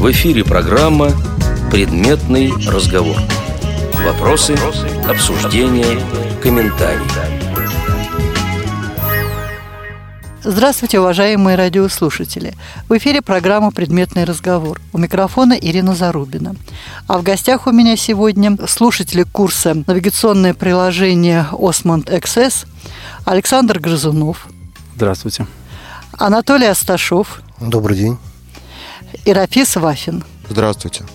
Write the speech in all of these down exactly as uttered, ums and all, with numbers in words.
В эфире программа «Предметный разговор». Вопросы, обсуждения, комментарии. Здравствуйте, уважаемые радиослушатели! В эфире программа «Предметный разговор». У микрофона Ирина Зарубина. А в гостях у меня сегодня слушатели курса «Навигационное приложение Osmond икс эс» Александр Грызунов. Здравствуйте. Анатолий Асташов. Добрый день. И Рафис Вафин. Здравствуйте.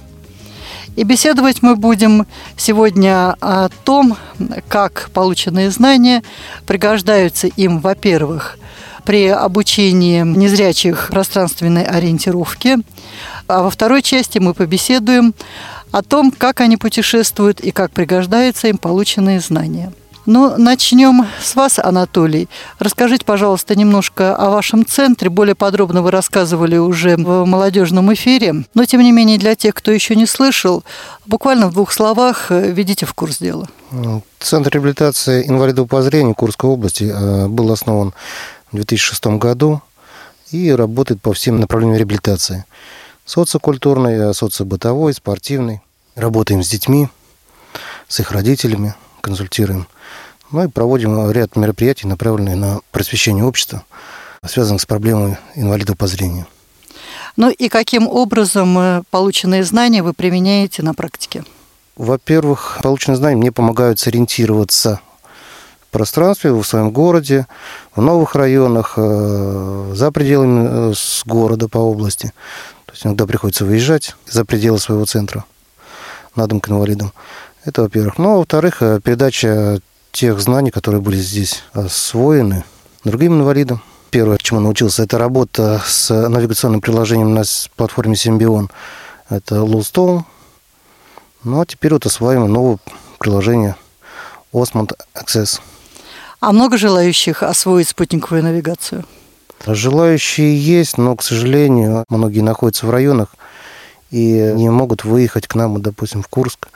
И беседовать мы будем сегодня о том, как полученные знания пригождаются им, во-первых, при обучении незрячих пространственной ориентировке, а во второй части мы побеседуем о том, как они путешествуют и как пригождаются им полученные знания. Ну, начнем с вас, Анатолий. Расскажите, пожалуйста, немножко о вашем центре. Более подробно вы рассказывали уже в молодежном эфире. Но, тем не менее, для тех, кто еще не слышал, буквально в двух словах введите в курс дела. Центр реабилитации инвалидов по зрению Курской области был основан в две тысячи шестом году и работает по всем направлениям реабилитации. Социокультурной, социобытовой, спортивной. Работаем с детьми, с их родителями, консультируем. Ну и проводим ряд мероприятий, направленных на просвещение общества, связанных с проблемой инвалидов по зрению. Ну и каким образом полученные знания вы применяете на практике? Во-первых, полученные знания мне помогают сориентироваться в пространстве, в своем городе, в новых районах, за пределами города по области. То есть иногда приходится выезжать за пределы своего центра на дом к инвалидам. Это, во-первых. Ну, а во-вторых, передача тех знаний, которые были здесь освоены другим инвалидам. Первое, чему научился, это работа с навигационным приложением на платформе Symbion. Это Lulestone. Ну, а теперь вот осваиваем новое приложение Osmond икс эс. А много желающих освоить спутниковую навигацию? Желающие есть, но, к сожалению, многие находятся в районах и не могут выехать к нам, допустим, в Курск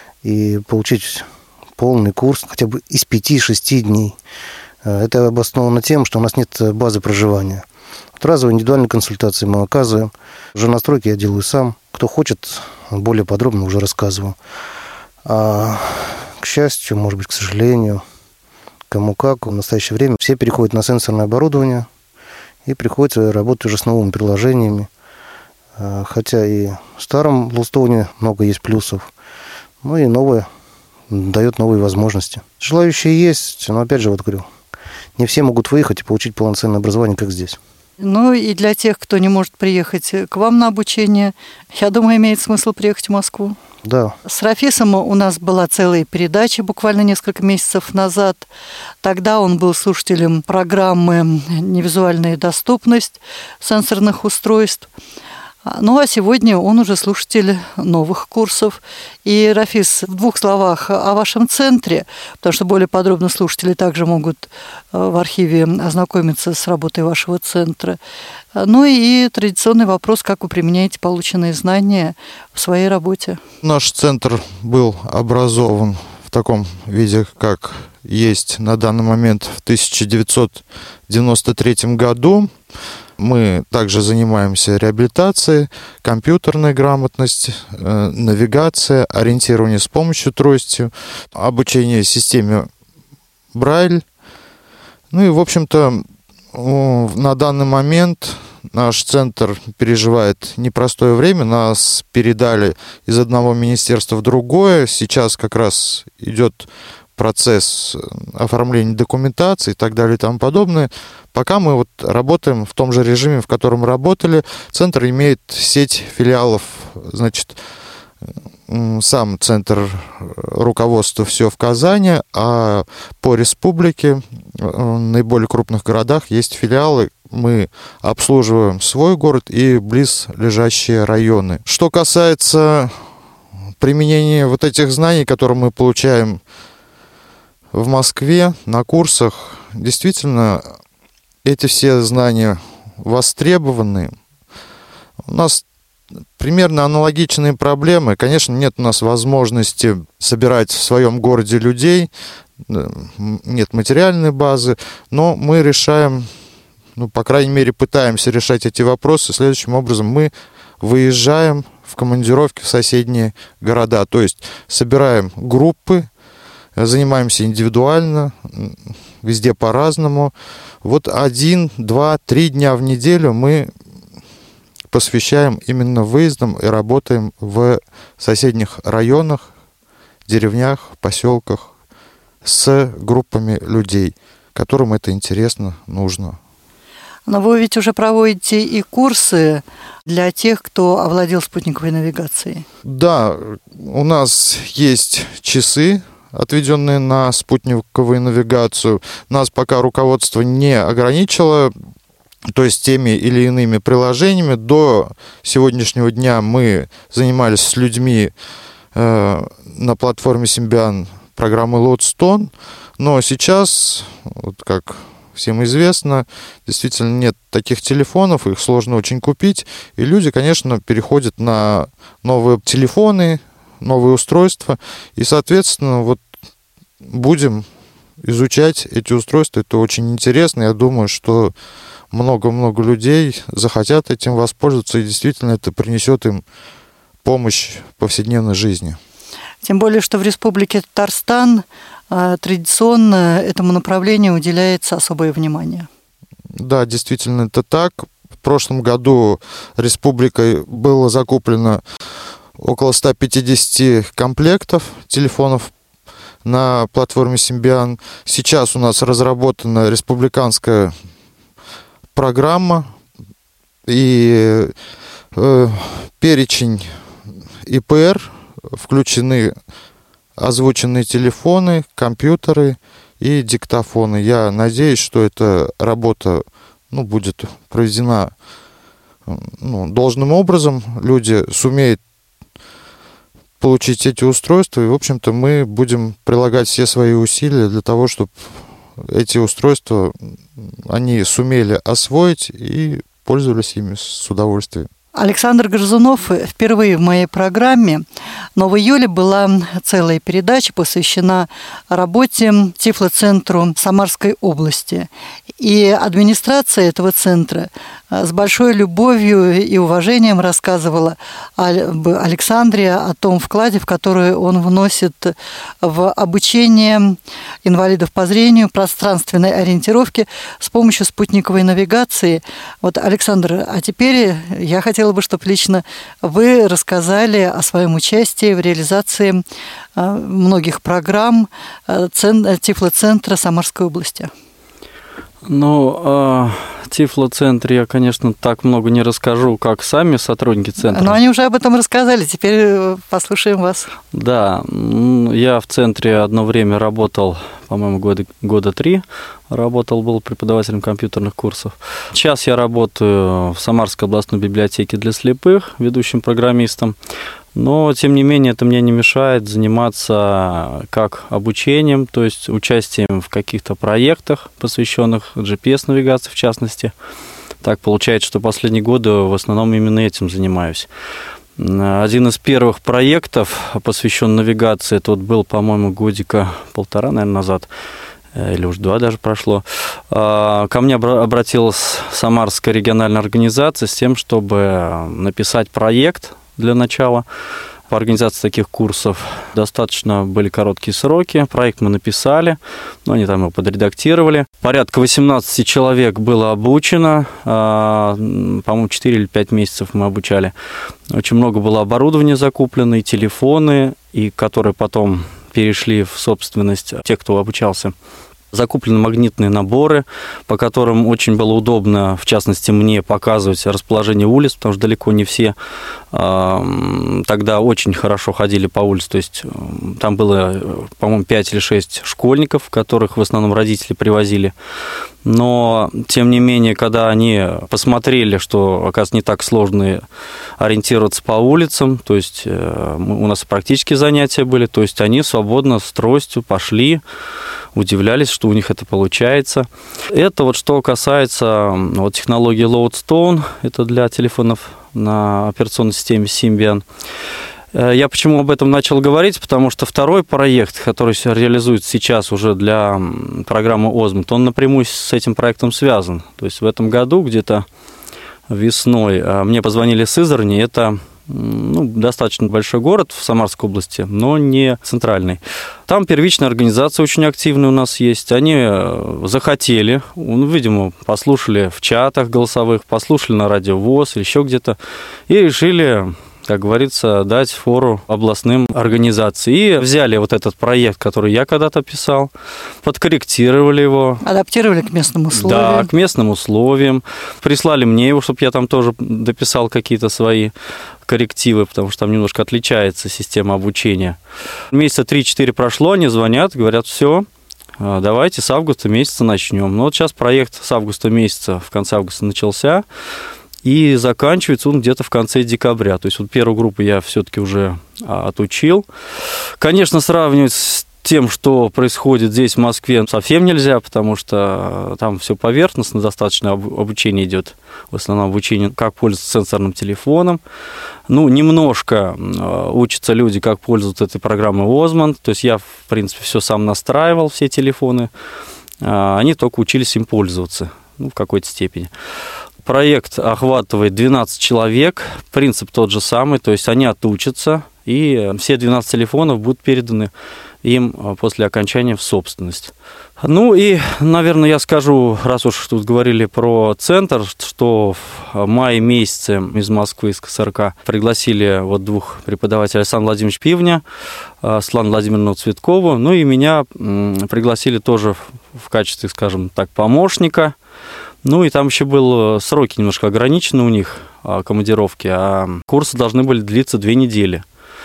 и получить полный курс хотя бы из пяти-шести дней. Это обосновано тем, что у нас нет базы проживания. Вот разовые индивидуальные консультации мы оказываем. Уже настройки я делаю сам. Кто хочет, более подробно уже рассказываю. А, к счастью, может быть, к сожалению, кому как, в настоящее время все переходят на сенсорное оборудование и приходится работать уже с новыми приложениями. Хотя и в старом Lulestone много есть плюсов, ну и новое дает новые возможности. Желающие есть, но опять же, вот говорю, не все могут выехать и получить полноценное образование, как здесь. Ну и для тех, кто не может приехать к вам на обучение, я думаю, имеет смысл приехать в Москву. Да. С Рафисом у нас была целая передача буквально несколько месяцев назад. Тогда он был слушателем программы «Невизуальная доступность сенсорных устройств». Ну, а сегодня он уже слушатель новых курсов. И, Рафис, в двух словах о вашем центре, потому что более подробно слушатели также могут в архиве ознакомиться с работой вашего центра. Ну и традиционный вопрос, как вы применяете полученные знания в своей работе? Наш центр был образован в таком виде, как есть на данный момент в тысяча девятьсот девяносто третьем году. Мы также занимаемся реабилитацией, компьютерной грамотностью, э, навигация, ориентирование с помощью трости, обучение системе Брайль. Ну и, в общем-то, на данный момент наш центр переживает непростое время. Нас передали из одного министерства в другое. Сейчас как раз идет процесс оформления документации и так далее и тому подобное. Пока мы вот работаем в том же режиме, в котором работали. Центр имеет сеть филиалов, значит, сам центр руководства все в Казани, а по республике в наиболее крупных городах есть филиалы. Мы обслуживаем свой город и близлежащие районы. Что касается применения вот этих знаний, которые мы получаем в Москве на курсах, действительно, эти все знания востребованы. У нас примерно аналогичные проблемы. Конечно, нет у нас возможности собирать в своем городе людей, нет материальной базы, но мы решаем, ну, по крайней мере, пытаемся решать эти вопросы следующим образом. Мы выезжаем в командировки в соседние города. То есть собираем группы, занимаемся индивидуально, везде по-разному. Вот один, два, три дня в неделю мы посвящаем именно выездам и работаем в соседних районах, деревнях, поселках с группами людей, которым это интересно, нужно. Но вы ведь уже проводите и курсы для тех, кто овладел спутниковой навигацией. Да, у нас есть часы, отведенные на спутниковую навигацию. Нас пока руководство не ограничило, то есть теми или иными приложениями. До сегодняшнего дня мы занимались с людьми э, на платформе Symbian программой Lodestone, но сейчас, вот как всем известно, действительно нет таких телефонов, их сложно очень купить, и люди, конечно, переходят на новые телефоны, новые устройства, и, соответственно, вот будем изучать эти устройства, это очень интересно, я думаю, что много-много людей захотят этим воспользоваться, и действительно это принесет им помощь в повседневной жизни. Тем более, что в Республике Татарстан традиционно этому направлению уделяется особое внимание. Да, действительно, это так. В прошлом году республикой было закуплено около ста пятидесяти комплектов телефонов на платформе Symbian. Сейчас у нас разработана республиканская программа и э, перечень И Пэ Эр, включены озвученные телефоны, компьютеры и диктофоны. Я надеюсь, что эта работа ну, будет проведена ну, должным образом. Люди сумеют получить эти устройства, и, в общем-то, мы будем прилагать все свои усилия для того, чтобы эти устройства они сумели освоить и пользовались ими с удовольствием. Александр Горзунов впервые в моей программе, но в июле была целая передача, посвящена работе Тифлоцентру Самарской области. И администрация этого центра с большой любовью и уважением рассказывала об Александре, о том вкладе, в который он вносит в обучение инвалидов по зрению, пространственной ориентировке с помощью спутниковой навигации. Вот, Александр, а теперь я хотела бы, чтобы лично вы рассказали о своем участии в реализации многих программ Тифлоцентра Самарской области. Ну, о Тифлоцентре я, конечно, так много не расскажу, как сами сотрудники центра. Но они уже об этом рассказали, теперь послушаем вас. Да, я в центре одно время работал, по-моему, года, года три, работал, был преподавателем компьютерных курсов. Сейчас я работаю в Самарской областной библиотеке для слепых, ведущим программистом. Но, тем не менее, это мне не мешает заниматься как обучением, то есть участием в каких-то проектах, посвященных джи пи эс-навигации в частности. Так получается, что последние годы в основном именно этим занимаюсь. Один из первых проектов, посвященный навигации, это вот был, по-моему, годика полтора, наверное, назад, или уж два даже прошло. Ко мне обратилась Самарская региональная организация с тем, чтобы написать проект для начала по организации таких курсов. Достаточно были короткие сроки. Проект мы написали, но они там его подредактировали. Порядка восемнадцати человек было обучено. По-моему, четыре или пять месяцев мы обучали. Очень много было оборудования закуплено, и телефоны, и которые потом перешли в собственность тех, кто обучался. Закуплены магнитные наборы, по которым очень было удобно, в частности, мне показывать расположение улиц, потому что далеко не все э, тогда очень хорошо ходили по улице. То есть там было, по-моему, пять или шесть школьников, которых в основном родители привозили. Но, тем не менее, когда они посмотрели, что, оказывается, не так сложно ориентироваться по улицам, то есть э, у нас практические занятия были, то есть они свободно с тростью пошли, удивлялись, что у них это получается. Это вот что касается вот, технологии Lodestone, это для телефонов на операционной системе Symbian. Я почему об этом начал говорить? Потому что второй проект, который реализуется сейчас уже для программы Озмут, он напрямую с этим проектом связан. То есть в этом году где-то весной мне позвонили с Сызрани. Это ну, достаточно большой город в Самарской области, но не центральный. Там первичная организация очень активная у нас есть. Они захотели, ну, видимо, послушали в чатах голосовых, послушали на радио ВОС или еще где-то, и решили, как говорится, дать фору областным организациям. И взяли вот этот проект, который я когда-то писал, подкорректировали его. Адаптировали к местным условиям. Да, к местным условиям. Прислали мне его, чтобы я там тоже дописал какие-то свои коррективы, потому что там немножко отличается система обучения. Месяца три-четыре прошло, они звонят, говорят, все, давайте с августа месяца начнем. Ну вот сейчас проект с августа месяца, в конце августа начался, и заканчивается он где-то в конце декабря. То есть вот первую группу я все-таки уже отучил. Конечно, сравнивать с тем, что происходит здесь, в Москве, совсем нельзя, потому что там все поверхностно, достаточно обучение идет, в основном обучение, как пользоваться сенсорным телефоном. Ну, немножко учатся люди, как пользоваться этой программой Osmond. То есть я, в принципе, все сам настраивал, все телефоны. Они только учились им пользоваться, ну, в какой-то степени. Проект охватывает двенадцать человек, принцип тот же самый, то есть они отучатся, и все двенадцать телефонов будут переданы им после окончания в собственность. Ну и, наверное, я скажу, раз уж тут говорили про центр, что в мае месяце из Москвы, из ка эс эр ка, пригласили вот двух преподавателей, Александра Владимировича Пивня, Светлану Владимировну Цветкову, ну и меня пригласили тоже в качестве, скажем так, помощника. Ну и там еще были сроки немножко ограничены у них, командировки, а курсы должны были длиться две недели.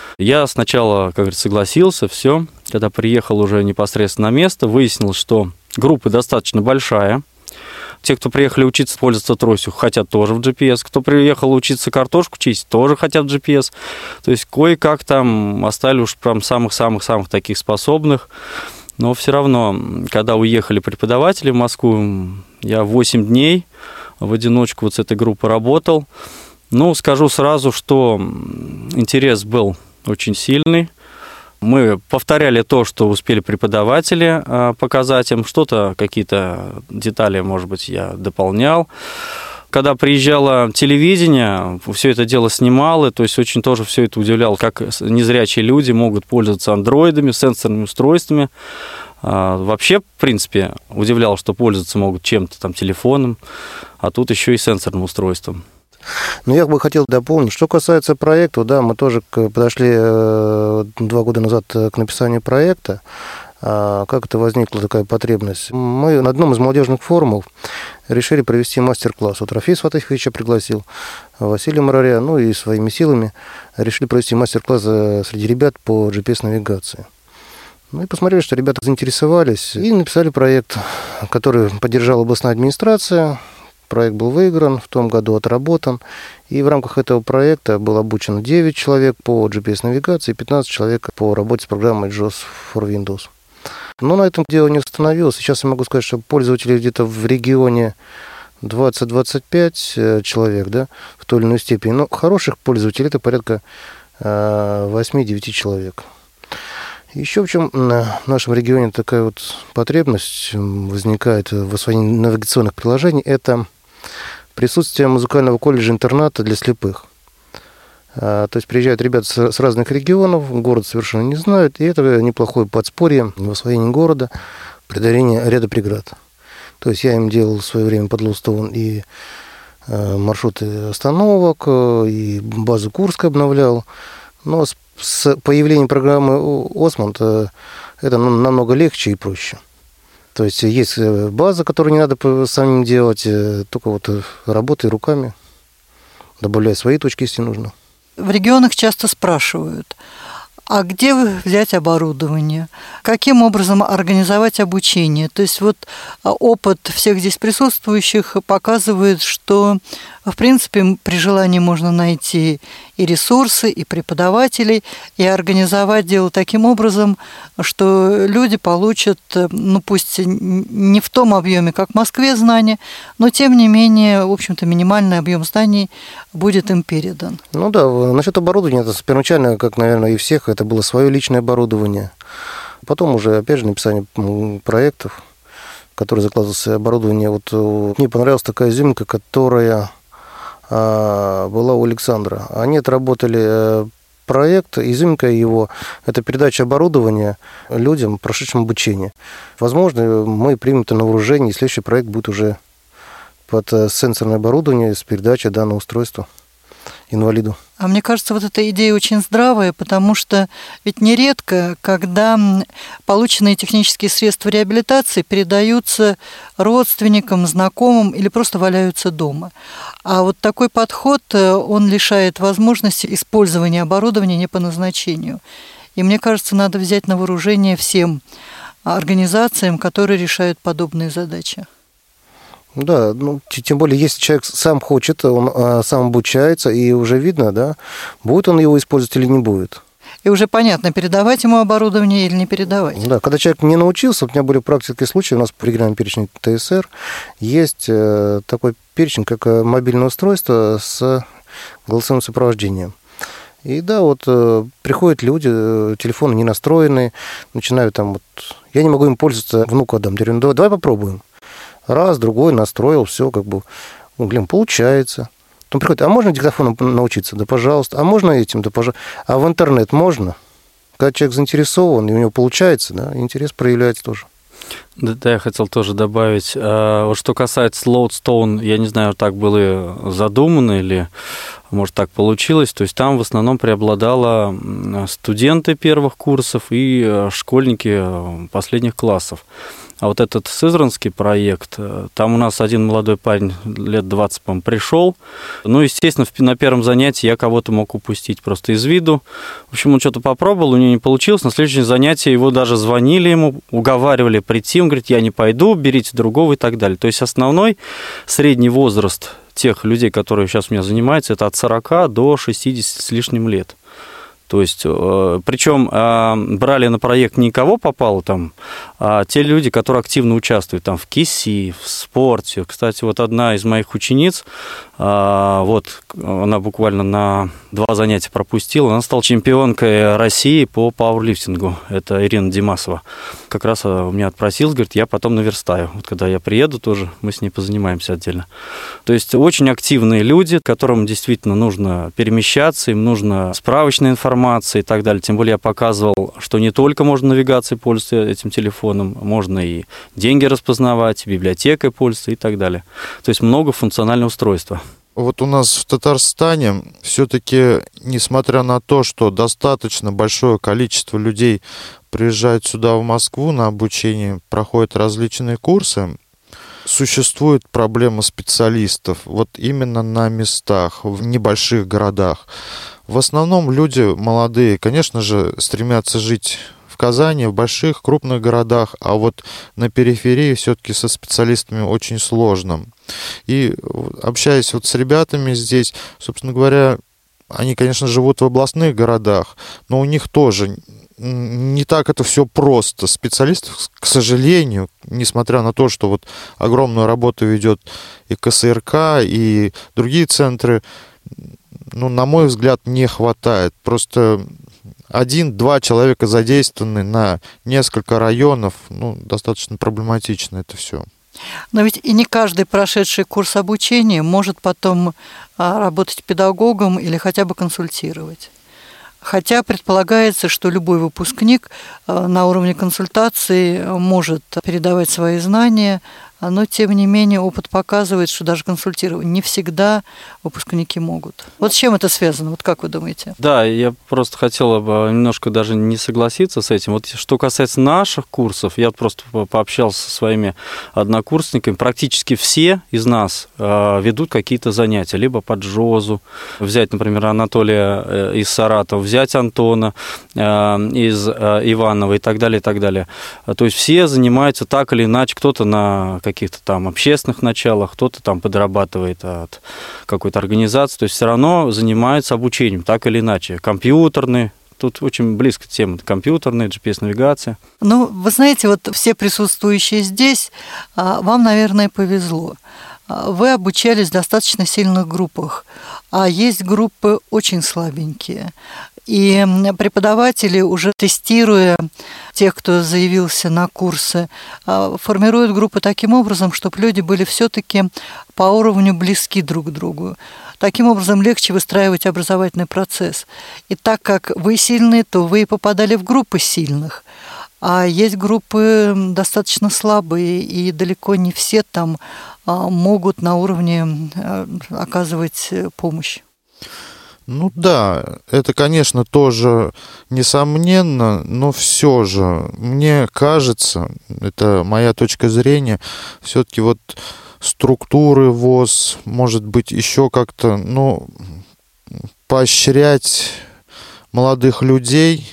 Я сначала, как говорится, согласился, все. Когда приехал уже непосредственно на место, выяснилось, что группа достаточно большая. Те, кто приехали учиться пользоваться тростью, хотят тоже в джи пи эс. Кто приехал учиться картошку чистить, тоже хотят в джи пи эс. То есть кое-как там оставили уж прям самых-самых-самых таких способных. Но все равно, когда уехали преподаватели в Москву, я восемь дней в одиночку вот с этой группой работал. Ну, скажу сразу, что интерес был очень сильный. Мы повторяли то, что успели преподаватели показать им. Что-то, какие-то детали, может быть, я дополнял. Когда приезжало телевидение, все это дело снимало, то есть очень тоже все это удивляло, как незрячие люди могут пользоваться андроидами, сенсорными устройствами. Вообще, в принципе, удивляло, что пользоваться могут чем-то, там, телефоном, а тут еще и сенсорным устройством. Ну, я бы хотел дополнить. Что касается проекта, да, мы тоже подошли два года назад к написанию проекта. Как это возникла такая потребность? Мы на одном из молодежных форумов решили провести мастер-класс. Вот Рафис Фатаховича пригласил, Василия Мараря, ну и своими силами решили провести мастер-класс среди ребят по джи пи эс-навигации. Ну и посмотрели, что ребята заинтересовались, и написали проект, который поддержала областная администрация. Проект был выигран, в том году отработан. И в рамках этого проекта было обучено девять человек по джи пи эс-навигации и пятнадцать человек по работе с программой джоус for Windows. Но на этом дело не остановилось. Сейчас я могу сказать, что пользователей где-то в регионе двадцать-двадцать пять человек, да, в той или иной степени. Но хороших пользователей это порядка восемь-девять человек. Еще в чем в нашем регионе такая вот потребность возникает в освоении навигационных приложений, это присутствие музыкального колледжа-интерната для слепых. То есть приезжают ребята с разных регионов, город совершенно не знают, и это неплохое подспорье в освоении города, преодоление ряда преград. То есть я им делал в свое время под Лоустовом и маршруты остановок, и базу Курска обновлял. Но с С появлением программы Osmond это намного легче и проще. То есть есть база, которую не надо самим делать, только вот работай руками, добавляя свои точки, если нужно. В регионах часто спрашивают, а где взять оборудование, каким образом организовать обучение. То есть вот опыт всех здесь присутствующих показывает, что в принципе при желании можно найти и ресурсы, и преподавателей, и организовать дело таким образом, что люди получат, ну пусть не в том объеме, как в Москве знания, но тем не менее, в общем-то, минимальный объем знаний будет им передан. Ну да, насчет оборудования, это первоначально, как, наверное, и всех, это было свое личное оборудование. Потом уже, опять же, написание проектов, в которые закладывалось оборудование. Вот мне понравилась такая изюминка, которая была у Александра. Они отработали проект, изюминка его – это передача оборудования людям, прошедшим обучение. Возможно, мы примем это на вооружение, и следующий проект будет уже под сенсорное оборудование с передачей данного устройства инвалиду. А мне кажется, вот эта идея очень здравая, потому что ведь нередко, когда полученные технические средства реабилитации передаются родственникам, знакомым или просто валяются дома. А вот такой подход, он лишает возможности использования оборудования не по назначению. И мне кажется, надо взять на вооружение всем организациям, которые решают подобные задачи. Да, ну, тем более, если человек сам хочет, он а, сам обучается, и уже видно, да, будет он его использовать или не будет. И уже понятно, передавать ему оборудование или не передавать. Да, когда человек не научился, у меня были практические случаи, у нас по региональному перечню ТСР есть э, такой перечень, как мобильное устройство с голосовым сопровождением. И да, вот э, приходят люди, э, телефоны не настроенные, начинают там вот, я не могу им пользоваться, внуку отдам, я говорю, давай, давай попробуем. Раз, другой, настроил, все, как бы, ну, блин, получается. Потом приходит, а можно диктофоном научиться? Да, пожалуйста. А можно этим? Да, пожалуйста. А в интернет можно? Когда человек заинтересован, и у него получается, да, интерес проявляется тоже. Да, да, я хотел тоже добавить. Вот что касается Loadstone, я не знаю, так было задумано или, может, так получилось. То есть там в основном преобладало студенты первых курсов и школьники последних классов. А вот этот сызранский проект, там у нас один молодой парень лет двадцать, по-моему, пришел. Ну, естественно, на первом занятии я кого-то мог упустить просто из виду. В общем, он что-то попробовал, у него не получилось. На следующее занятие его даже звонили ему, уговаривали прийти. Он говорит, я не пойду, берите другого и так далее. То есть основной средний возраст тех людей, которые сейчас у меня занимаются, это от сорока до шестидесяти с лишним лет. То есть, причем брали на проект не кого попало там, а те люди, которые активно участвуют там в КИСИ, в спорте. Кстати, вот одна из моих учениц, вот она буквально на два занятия пропустила, она стала чемпионкой России по пауэрлифтингу. Это Ирина Димасова. Как раз у меня отпросилась, говорит, я потом наверстаю. Вот когда я приеду тоже, мы с ней позанимаемся отдельно. То есть очень активные люди, которым действительно нужно перемещаться, им нужно справочная информация и так далее. Тем более я показывал, что не только можно навигацией пользоваться этим телефоном, можно и деньги распознавать, и библиотекой пользоваться и так далее. То есть многофункциональное устройство. Вот у нас в Татарстане все-таки, несмотря на то, что достаточно большое количество людей приезжает сюда, в Москву, на обучение, проходят различные курсы, существует проблема специалистов вот именно на местах, в небольших городах. В основном люди молодые, конечно же, стремятся жить в Казани, в больших, крупных городах, а вот на периферии все-таки со специалистами очень сложно. И общаясь вот с ребятами здесь, собственно говоря, они, конечно, живут в областных городах, но у них тоже не так это все просто. Специалистов, к сожалению, несмотря на то, что вот огромную работу ведет и КСРК, и другие центры, ну, на мой взгляд, не хватает. Просто один-два человека задействованы на несколько районов, ну, достаточно проблематично это все. Но ведь и не каждый прошедший курс обучения может потом работать педагогом или хотя бы консультировать. Хотя предполагается, что любой выпускник на уровне консультации может передавать свои знания, но, тем не менее, опыт показывает, что даже консультировать не всегда выпускники могут. Вот с чем это связано? Вот как вы думаете? Да, я просто хотела бы немножко даже не согласиться с этим. Вот что касается наших курсов, я просто пообщался со своими однокурсниками. Практически все из нас ведут какие-то занятия, либо по джозу, взять, например, Анатолия из Саратова, взять Антона из Иваново и так далее, и так далее. То есть все занимаются так или иначе, кто-то на каких-то там общественных началах, кто-то там подрабатывает от какой-то организации, то есть все равно занимаются обучением, так или иначе. Компьютерный, тут очень близко тема, компьютерная, джи пи эс-навигация. Ну, вы знаете, вот все присутствующие здесь, вам, наверное, повезло. Вы обучались в достаточно сильных группах, а есть группы очень слабенькие. И преподаватели, уже тестируя тех, кто заявился на курсы, формируют группы таким образом, чтобы люди были все-таки по уровню близки друг к другу. Таким образом, легче выстраивать образовательный процесс. И так как вы сильные, то вы попадали в группы сильных. А есть группы достаточно слабые, и далеко не все там могут на уровне оказывать помощь. Ну да, это, конечно, тоже несомненно, но все же, мне кажется, это моя точка зрения, все-таки вот структуры ВОС, может быть, еще как-то, ну, поощрять молодых людей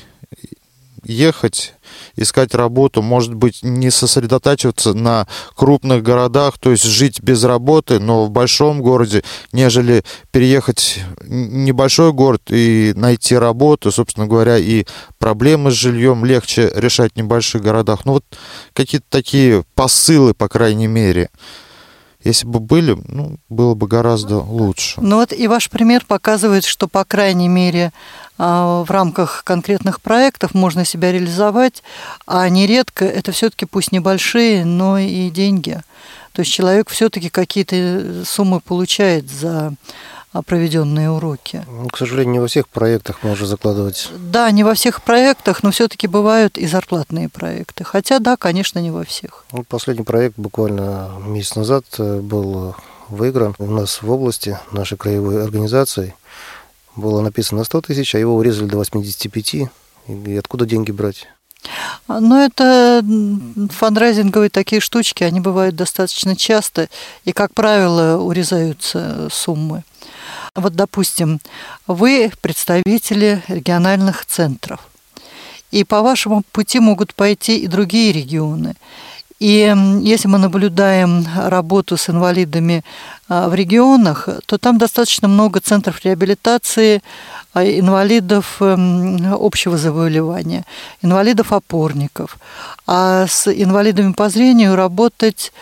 ехать, искать работу, может быть, не сосредотачиваться на крупных городах, то есть жить без работы, но в большом городе, нежели переехать в небольшой город и найти работу, собственно говоря, и проблемы с жильем легче решать в небольших городах. Ну вот какие-то такие посылы, по крайней мере, если бы были, ну, было бы гораздо лучше. Ну вот и ваш пример показывает, что, по крайней мере, в рамках конкретных проектов можно себя реализовать, а нередко это все-таки пусть небольшие, но и деньги. То есть человек все-таки какие-то суммы получает за проведенные уроки. Ну, к сожалению, не во всех проектах можно закладывать. Да, не во всех проектах, но все-таки бывают и зарплатные проекты. Хотя, да, конечно, не во всех. Ну, последний проект буквально месяц назад был выигран у нас в области, нашей краевой организацией. Было написано на сто тысяч, а его урезали до восемьдесят пять. И откуда деньги брать? Ну, это фандрайзинговые такие штучки, они бывают достаточно часто, и, как правило, урезаются суммы. Вот, допустим, вы представители региональных центров, и по вашему пути могут пойти и другие регионы. И если мы наблюдаем работу с инвалидами в регионах, то там достаточно много центров реабилитации инвалидов общего заболевания, инвалидов-опорников. А с инвалидами по зрению работать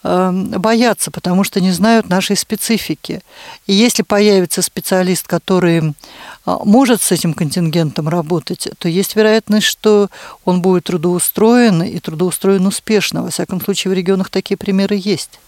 боятся, потому что не знают нашей специфики. И если появится специалист, который может с этим контингентом работать, то есть вероятность, что он будет трудоустроен и трудоустроен успешно. Во всяком случае, в регионах такие примеры есть.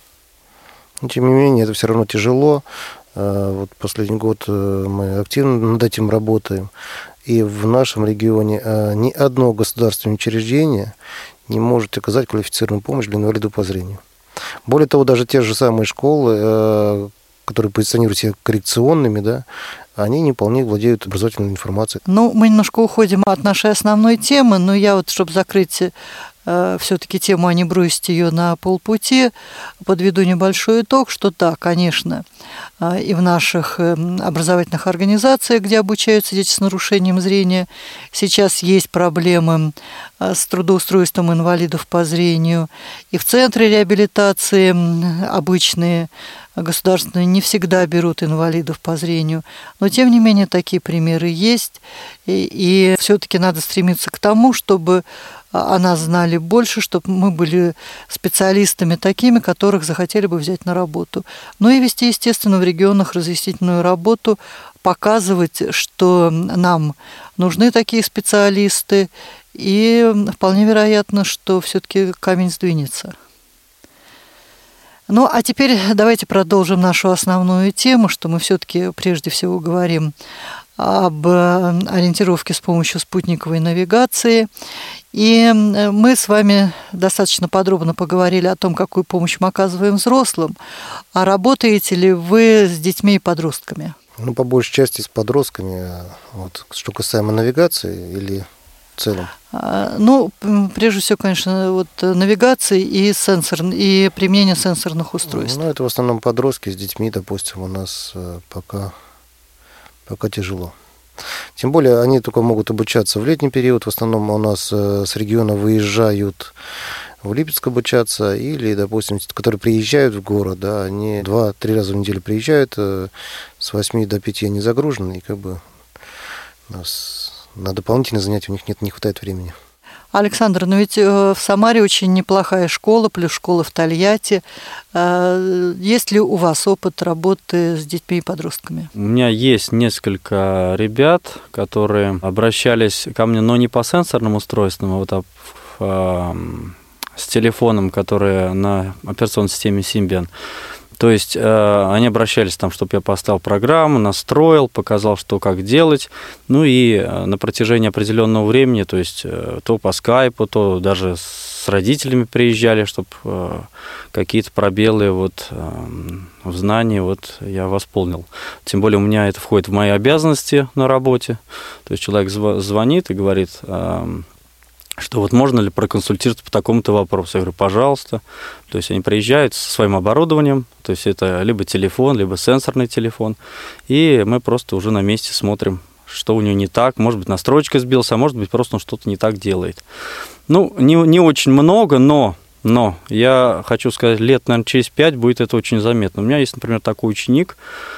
Тем не менее, это все равно тяжело. Вот последний год мы активно над этим работаем. И в нашем регионе ни одно государственное учреждение не может оказать квалифицированную помощь для инвалидов по зрению. Более того, даже те же самые школы, которые позиционируют себя коррекционными, да, они не вполне владеют образовательной информацией. Ну, мы немножко уходим от нашей основной темы, но я вот, чтобы закрыть э, все-таки тему, а не бросить ее на полпути, подведу небольшой итог, что да, конечно, э, и в наших э, образовательных организациях, где обучаются дети с нарушением зрения, сейчас есть проблемы э, с трудоустройством инвалидов по зрению, и в центре реабилитации э, обычные государственные не всегда берут инвалидов по зрению, но тем не менее такие примеры есть, и, и все-таки надо стремиться к тому, чтобы о нас знали больше, чтобы мы были специалистами такими, которых захотели бы взять на работу. Ну и вести, естественно, в регионах разъяснительную работу, показывать, что нам нужны такие специалисты, и вполне вероятно, что все-таки камень сдвинется. Ну, а теперь давайте продолжим нашу основную тему, что мы все-таки прежде всего говорим об ориентировке с помощью спутниковой навигации. И мы с вами достаточно подробно поговорили о том, какую помощь мы оказываем взрослым. А работаете ли вы с детьми и подростками? Ну, по большей части с подростками. Вот, что касаемо навигации или в целом? Ну, прежде всего, конечно, вот навигации и сенсор, и применение сенсорных устройств. Ну, это в основном подростки с детьми, допустим, у нас пока, пока тяжело. Тем более, они только могут обучаться в летний период. В основном у нас с региона выезжают в Липецк обучаться, или, допустим, которые приезжают в город, да, они два-три раза в неделю приезжают, с восьми до пяти они загружены, и как бы у нас на дополнительные занятия у них нет, не хватает времени. Александр, но ведь в Самаре очень неплохая школа, плюс школа в Тольятти. Есть ли у вас опыт работы с детьми и подростками? У меня есть несколько ребят, которые обращались ко мне, но не по сенсорным устройствам, а вот а, а, с телефоном, который на операционной системе Symbian. То есть э, они обращались там, чтобы я поставил программу, настроил, показал, что как делать. Ну и э, на протяжении определенного времени, то есть э, то по скайпу, то даже с родителями приезжали, чтобы э, какие-то пробелы вот, э, в знании вот, я восполнил. Тем более у меня это входит в мои обязанности на работе. То есть человек зв- звонит и говорит... Э, что вот можно ли проконсультироваться по такому-то вопросу. Я говорю, пожалуйста. То есть они приезжают со своим оборудованием, то есть это либо телефон, либо сенсорный телефон, и мы просто уже на месте смотрим, что у него не так. Может быть, настройка сбилась, а может быть, просто он что-то не так делает. Ну, не, не очень много, но, но я хочу сказать, лет, наверное, через пять будет это очень заметно. У меня есть, например, такой ученик,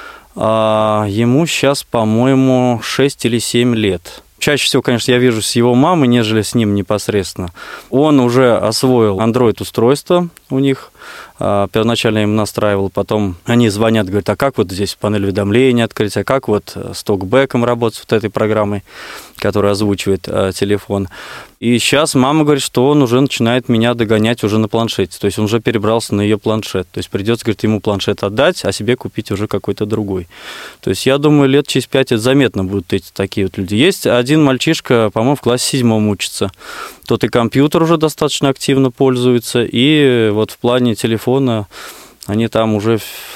ему сейчас, по-моему, шесть или семь лет. Чаще всего, конечно, я вижу с его мамой, нежели с ним непосредственно. Он уже освоил Android-устройство у них. Первоначально я им настраивал, потом они звонят, говорят, а как вот здесь панель уведомлений открыть, а как вот с токбэком работать, вот этой программой, которая озвучивает телефон. И сейчас мама говорит, что он уже начинает меня догонять уже на планшете, то есть он уже перебрался на ее планшет. То есть придется, говорит, ему планшет отдать, а себе купить уже какой-то другой. То есть я думаю, лет через пять это заметно будут эти такие вот люди. Есть один мальчишка, по-моему, в классе седьмом учится. Тот и компьютер уже достаточно активно пользуется, и вот в плане телефона они там уже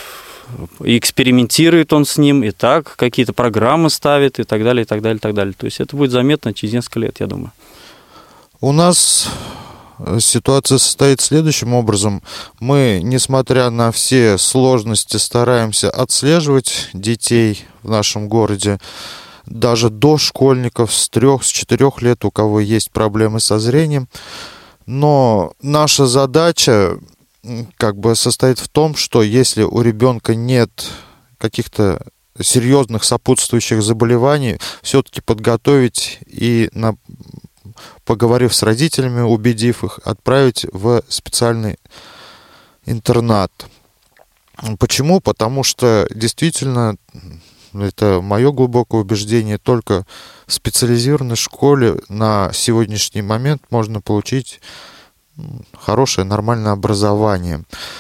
и экспериментирует он с ним, и так какие-то программы ставит, и так далее, и так далее, и так далее. То есть это будет заметно через несколько лет, я думаю. У нас ситуация состоит следующим образом. Мы, несмотря на все сложности, стараемся отслеживать детей в нашем городе, даже дошкольников с трех, с четырех лет, у кого есть проблемы со зрением. Но наша задача как бы состоит в том, что если у ребенка нет каких-то серьезных сопутствующих заболеваний, все-таки подготовить и, на, поговорив с родителями, убедив их, отправить в специальный интернат. Почему? Потому что действительно, это мое глубокое убеждение, только в специализированной школе на сегодняшний момент можно получить хорошее, нормальное образование.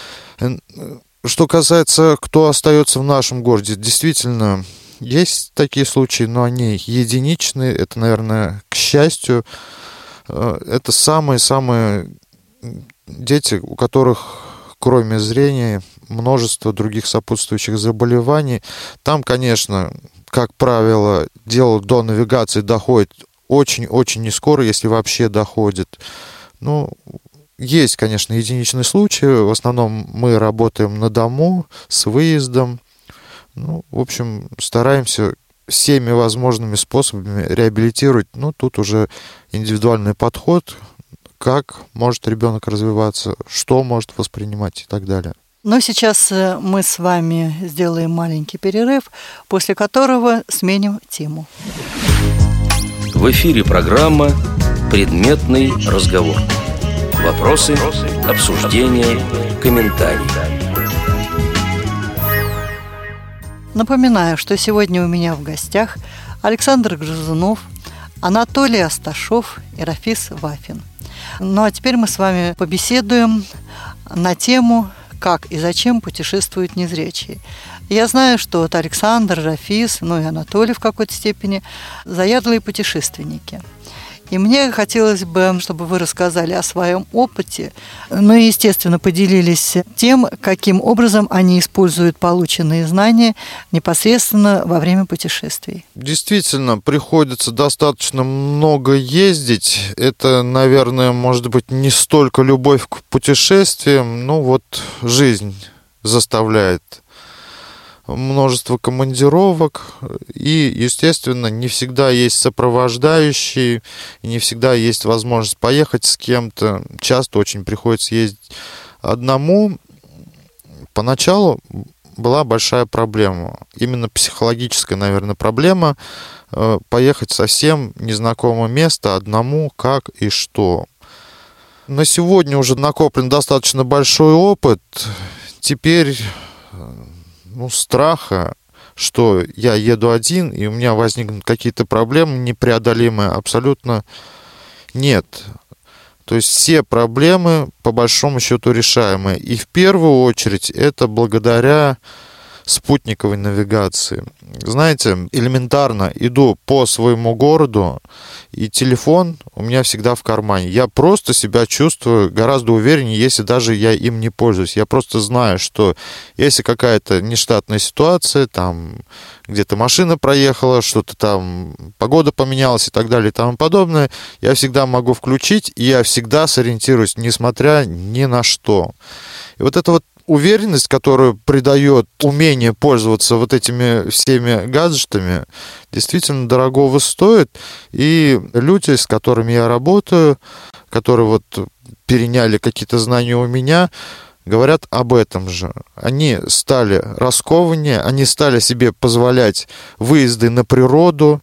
Что касается, кто остается в нашем городе, действительно, есть такие случаи, но они единичные. Это, наверное, к счастью, это самые-самые дети, у которых, кроме зрения, множество других сопутствующих заболеваний. Там, конечно, как правило, дело до навигации доходит очень-очень нескоро, если вообще доходит. Ну, есть, конечно, единичные случаи. В основном мы работаем на дому, с выездом. Ну, в общем, стараемся всеми возможными способами реабилитировать. Ну, тут уже индивидуальный подход, как может ребенок развиваться, что может воспринимать и так далее. Но сейчас мы с вами сделаем маленький перерыв, после которого сменим тему. В эфире программа «Предметный разговор». Вопросы, обсуждения, комментарии. Напоминаю, что сегодня у меня в гостях Александр Грызунов, Анатолий Асташов и Рафис Вафин. Ну а теперь мы с вами побеседуем на тему «Как и зачем путешествуют незрячие». Я знаю, что вот Александр, Рафис, ну и Анатолий в какой-то степени заядлые путешественники. И мне хотелось бы, чтобы вы рассказали о своем опыте, ну и, естественно, поделились тем, каким образом они используют полученные знания непосредственно во время путешествий. Действительно, приходится достаточно много ездить. Это, наверное, может быть, не столько любовь к путешествиям, но вот жизнь заставляет. Множество командировок, и, естественно, не всегда есть сопровождающие, и не всегда есть возможность поехать с кем-то. Часто очень приходится ездить одному. Поначалу была большая проблема, именно психологическая, наверное, проблема, поехать в совсем незнакомое место одному, как и что. На сегодня уже накоплен достаточно большой опыт. Теперь... Ну, страха, что я еду один, и у меня возникнут какие-то проблемы непреодолимые, абсолютно нет. То есть все проблемы, по большому счету, решаемые. И в первую очередь это благодаря спутниковой навигации. Знаете, элементарно иду по своему городу, и телефон у меня всегда в кармане. Я просто себя чувствую гораздо увереннее, если даже я им не пользуюсь. Я просто знаю, что если какая-то нештатная ситуация, там где-то машина проехала, что-то там, погода поменялась и так далее и тому подобное, я всегда могу включить, и я всегда сориентируюсь, несмотря ни на что. И вот это вот уверенность, которую придает умение пользоваться вот этими всеми гаджетами, действительно дорогого стоит. И люди, с которыми я работаю, которые вот переняли какие-то знания у меня, говорят об этом же. Они стали раскованнее, они стали себе позволять выезды на природу,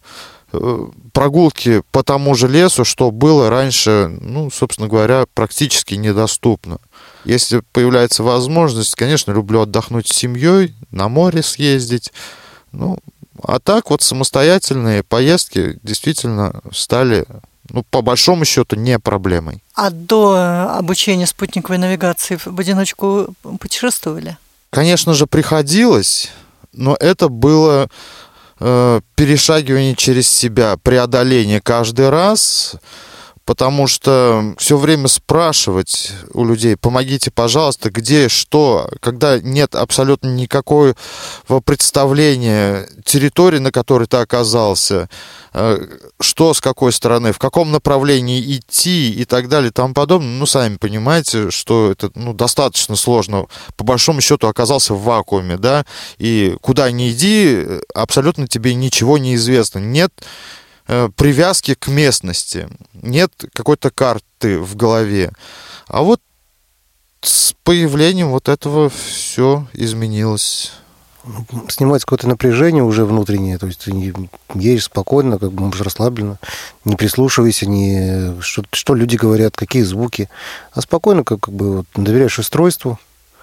прогулки по тому же лесу, что было раньше, ну, собственно говоря, практически недоступно. Если появляется возможность, конечно, люблю отдохнуть с семьей, на море съездить. Ну, а так вот самостоятельные поездки действительно стали, ну, по большому счету, не проблемой. А до обучения спутниковой навигации в одиночку путешествовали? Конечно же, приходилось, но это было э, перешагивание через себя, преодоление каждый раз. Потому что все время спрашивать у людей: помогите, пожалуйста, где, что, когда нет абсолютно никакого представления территории, на которой ты оказался, что с какой стороны, в каком направлении идти и так далее и тому подобное. Ну, сами понимаете, что это, ну, достаточно сложно. По большому счету оказался в вакууме, да, и куда ни иди, абсолютно тебе ничего не известно. Нет привязки к местности, нет какой-то карты в голове. А вот с появлением вот этого все изменилось. Снимается какое-то напряжение уже внутреннее, то есть ты едешь спокойно, как бы можешь расслабленно, не прислушивайся, не что, что люди говорят, какие звуки, а спокойно как, как бы вот, доверяешь устройству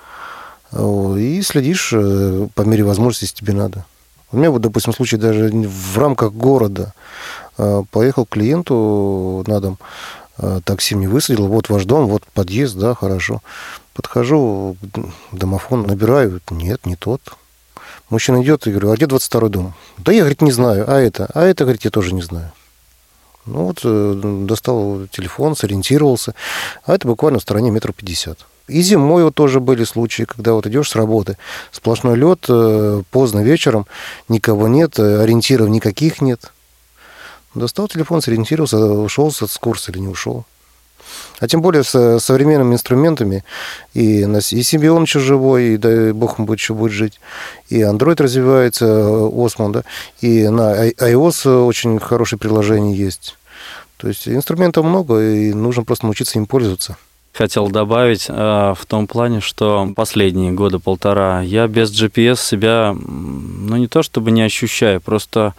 и следишь по мере возможности, если тебе надо. У меня вот, допустим, случай даже в рамках города. Поехал к клиенту на дом, такси мне высадил, вот ваш дом, вот подъезд, да, хорошо. Подхожу, домофон набираю, нет, не тот. Мужчина идет, и говорю: а где двадцать второй дом? Да я, говорит, не знаю, а это? А это, говорит, я тоже не знаю. Ну вот, достал телефон, сориентировался, а это буквально в стороне метров пятьдесят. И зимой вот тоже были случаи, когда вот идешь с работы, сплошной лед, поздно вечером, никого нет, ориентиров никаких нет. Достал телефон, сориентировался, ушел с курса или не ушел. А тем более с современными инструментами, и, и Symbian еще живой, и дай бог он будет еще будет жить, и Android развивается, Osmo, да, и на iOS очень хорошее приложение есть. То есть инструментов много, и нужно просто научиться им пользоваться. Хотел добавить э, в том плане, что последние года полтора я без джи пи эс себя, ну, не то чтобы не ощущаю, просто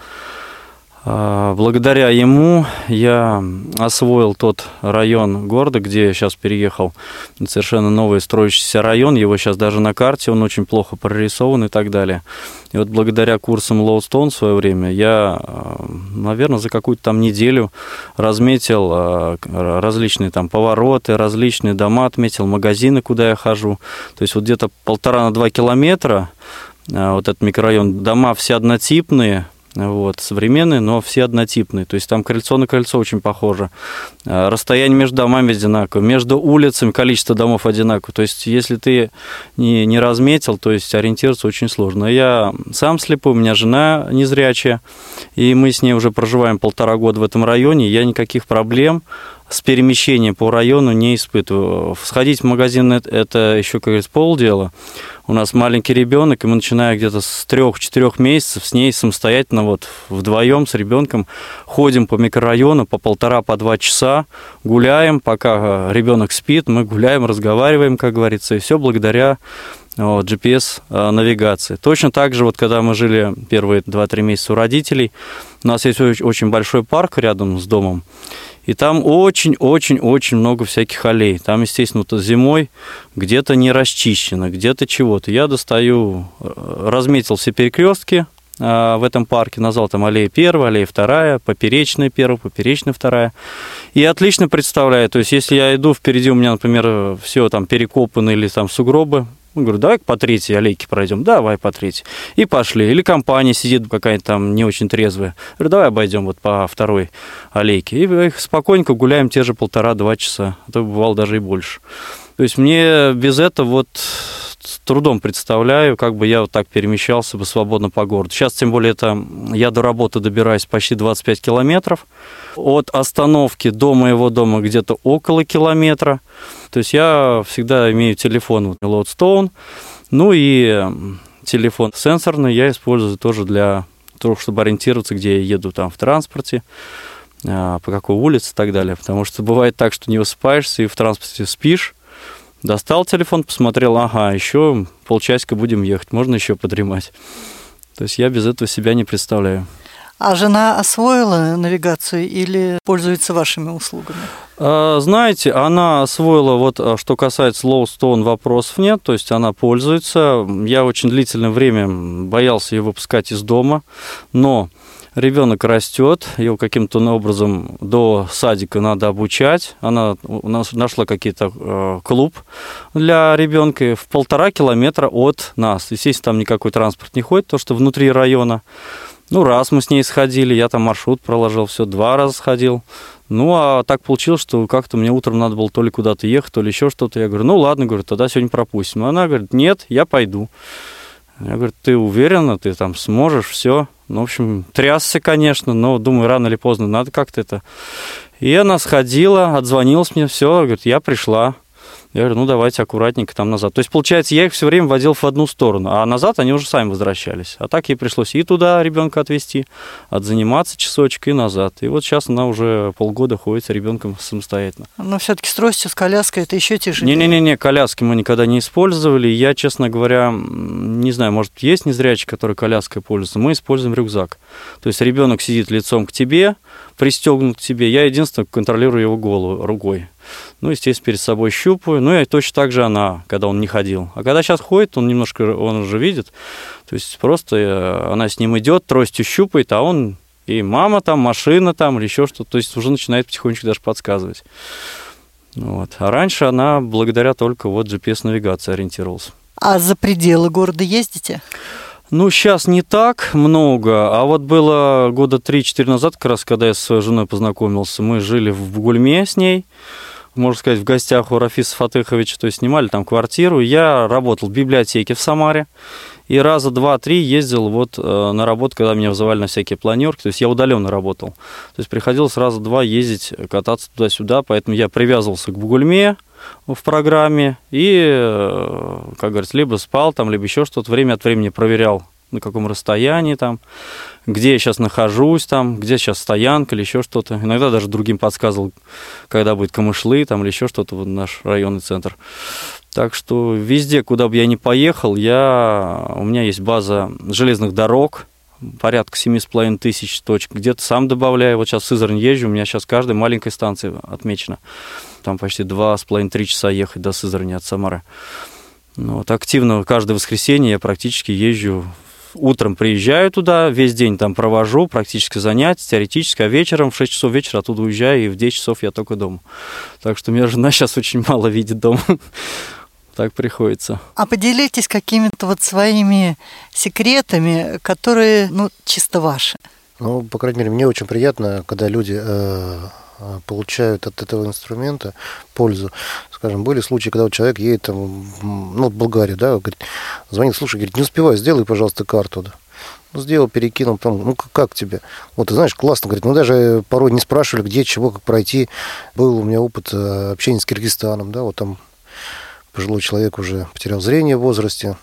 э, благодаря ему я освоил тот район города, где я сейчас переехал, совершенно новый строящийся район, его сейчас даже на карте, он очень плохо прорисован и так далее. И вот благодаря курсам Lowstone в свое время я, наверное, за какую-то там неделю разметил различные там повороты, различные дома отметил, магазины, куда я хожу. То есть вот где-то полтора на два километра вот этот микрорайон, дома все однотипные, вот, современные, но все однотипные. То есть там крыльцо на крыльцо очень похоже. Расстояние между домами одинаковое, между улицами количество домов одинаковое. То есть если ты не, не разметил, то есть ориентироваться очень сложно. Я сам слепой, у меня жена незрячая, и мы с ней уже проживаем полтора года в этом районе, я никаких проблем с перемещением по району не испытываю. Сходить в магазин – это еще, как говорится, полдела. У нас маленький ребенок, и мы, начиная где-то с трех-четырех месяцев, с ней самостоятельно вот вдвоем с ребенком ходим по микрорайону по полтора, по два часа, гуляем, пока ребенок спит, мы гуляем, разговариваем, как говорится, и все благодаря вот, джи пи эс-навигации. Точно так же, вот, когда мы жили первые два-три месяца у родителей, у нас есть очень большой парк рядом с домом, и там очень-очень-очень много всяких аллей. Там, естественно, вот зимой где-то не расчищено, где-то чего-то. Я достаю, разметил все перекрестки, в этом парке, назвал там аллея первая, аллея вторая, поперечная первая, поперечная вторая. И отлично представляю, то есть если я иду, впереди у меня, например, все там перекопано или там сугробы, я говорю, давай по третьей аллейке пройдем, давай по третьей. И пошли. Или компания сидит какая-то там не очень трезвая. Я говорю, давай обойдем вот по второй аллейке. И мы спокойненько гуляем те же полтора-два часа, а то бывало даже и больше. То есть мне без этого вот с трудом представляю, как бы я вот так перемещался бы свободно по городу. Сейчас, тем более, это я до работы добираюсь почти двадцать пять километров. От остановки до моего дома где-то около километра. То есть я всегда имею телефон Lodestone. Ну и телефон сенсорный я использую тоже для того, чтобы ориентироваться, где я еду там в транспорте, по какой улице и так далее. Потому что бывает так, что не высыпаешься и в транспорте спишь. Достал телефон, посмотрел, ага, еще полчасика будем ехать, можно еще подремать. То есть я без этого себя не представляю. А жена освоила навигацию или пользуется вашими услугами? Знаете, она освоила, вот что касается Lodestone, вопросов нет, то есть она пользуется. Я очень длительное время боялся ее выпускать из дома, но ребенок растет, его каким-то образом до садика надо обучать. Она у нас нашла какой-то клуб для ребенка в полтора километра от нас. Естественно, там никакой транспорт не ходит, потому что внутри района. Ну, раз мы с ней сходили, я там маршрут проложил, все, два раза сходил. Ну, а так получилось, что как-то мне утром надо было то ли куда-то ехать, то ли еще что-то. Я говорю, ну, ладно, говорю, тогда сегодня пропустим. Она говорит, нет, я пойду. Я говорю, ты уверена, ты там сможешь, все. Ну, в общем, трясся, конечно, но думаю, рано или поздно надо как-то это. И она сходила, отзвонилась мне, все, говорит, я пришла. Я говорю, ну, давайте аккуратненько там назад. То есть, получается, я их все время водил в одну сторону, а назад они уже сами возвращались. А так ей пришлось и туда ребенка отвезти, отзаниматься часочек и назад. И вот сейчас она уже полгода ходит с ребенком самостоятельно. Но все-таки с тростью, с коляской это еще тяжелее. Не-не-не, коляски мы никогда не использовали. Я, честно говоря, не знаю, может, есть незрячие, которые коляской пользуются. Мы используем рюкзак. То есть ребенок сидит лицом к тебе, пристегнут к тебе. Я единственное контролирую его голову рукой. Ну, естественно, перед собой щупаю. Ну, и точно так же она, когда он не ходил. А когда сейчас ходит, он немножко, он уже видит. То есть просто она с ним идет, тростью щупает, а он и мама там, машина там, или еще что-то. То есть уже начинает потихонечку даже подсказывать. Вот. А раньше она благодаря только вот джи пи эс-навигации ориентировалась. А за пределы города ездите? Ну, сейчас не так много, а вот было года три-четыре назад, как раз, когда я с своей женой познакомился, мы жили в Бугульме с ней, можно сказать, в гостях у Рафиса Фатыховича, то есть снимали там квартиру. Я работал в библиотеке в Самаре, и раза два-три ездил вот э, на работу, когда меня вызывали на всякие планерки, то есть я удаленно работал. То есть приходилось раза два ездить, кататься туда-сюда, поэтому я привязывался к Бугульме в программе и, как говорится, либо спал там, либо еще что-то, время от времени проверял, на каком расстоянии там, где я сейчас нахожусь там, где сейчас стоянка или еще что-то. Иногда даже другим подсказывал, когда будет Камышлы там или еще что-то, вот наш районный центр. Так что везде, куда бы я ни поехал, я... у меня есть база железных дорог, порядка семь с половиной тысяч точек. Где-то сам добавляю. Вот сейчас в Сызрань езжу, у меня сейчас каждая маленькая станция отмечена. Там почти два с половиной-три часа ехать до Сызрани от Самары. Ну, вот активно каждое воскресенье я практически езжу. Утром приезжаю туда, весь день там провожу, практически занятия, теоретически, а вечером в шесть часов вечера оттуда уезжаю, и в десять часов я только дома. Так что меня жена сейчас очень мало видит дома. Так приходится. А поделитесь какими-то вот своими секретами, которые, ну, чисто ваши. Ну, по крайней мере, мне очень приятно, когда люди э, получают от этого инструмента пользу. Скажем, были случаи, когда вот человек едет там, ну, в Болгарию, да, говорит, звонит, слушай, говорит, не успеваю, сделай, пожалуйста, карту. Да. Ну, сделал, перекинул, потом, ну, как тебе? Вот, ты знаешь, классно, говорит, мы даже порой не спрашивали, где, чего, как пройти. Был у меня опыт общения с Киргизстаном, да, вот там пожилой человек уже потерял зрение в возрасте,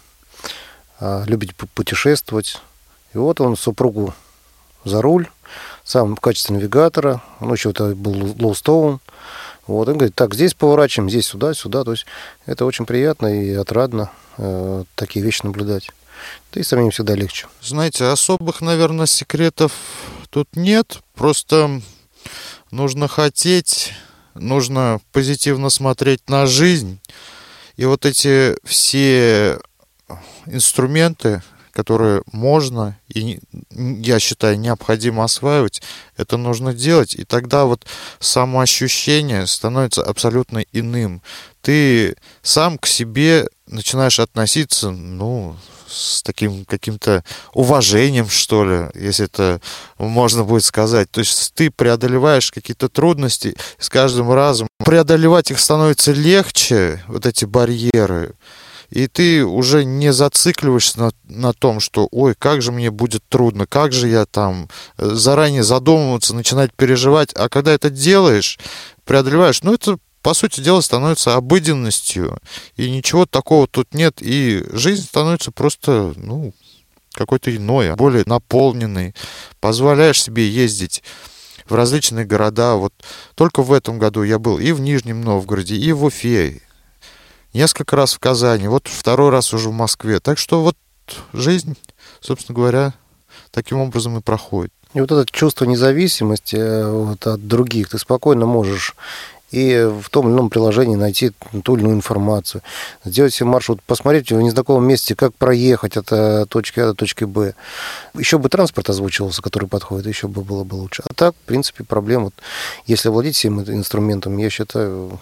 любит путешествовать. И вот он супругу за руль, сам в качестве навигатора, ну, еще это был Lodestone. Вот, он говорит, так, здесь поворачиваем, здесь сюда, сюда. То есть это очень приятно и отрадно э, такие вещи наблюдать. Да и самим всегда легче. Знаете, особых, наверное, секретов тут нет. Просто нужно хотеть, нужно позитивно смотреть на жизнь. И вот эти все инструменты, которые можно и, я считаю, необходимо осваивать, это нужно делать. И тогда вот самоощущение становится абсолютно иным. Ты сам к себе начинаешь относиться, ну, с таким каким-то уважением, что ли, если это можно будет сказать. То есть ты преодолеваешь какие-то трудности, и с каждым разом преодолевать их становится легче, вот эти барьеры, и ты уже не зацикливаешься на, на том, что ой, как же мне будет трудно, как же я там заранее задумываться, начинать переживать, а когда это делаешь, преодолеваешь, ну это по сути дела, становится обыденностью, и ничего такого тут нет, и жизнь становится просто, ну, какой-то иной, более наполненной. Позволяешь себе ездить в различные города. Вот только в этом году я был и в Нижнем Новгороде, и в Уфе, несколько раз в Казани, вот второй раз уже в Москве. Так что вот жизнь, собственно говоря, таким образом и проходит. И вот это чувство независимости вот, от других, ты спокойно можешь и в том или ином приложении найти ту или иную информацию, сделать себе маршрут, посмотреть в незнакомом месте, как проехать от точки А до точки Б. Еще бы транспорт озвучивался, который подходит, еще бы было бы лучше. А так, в принципе, проблем, вот, если владеть всем этим инструментом, я считаю,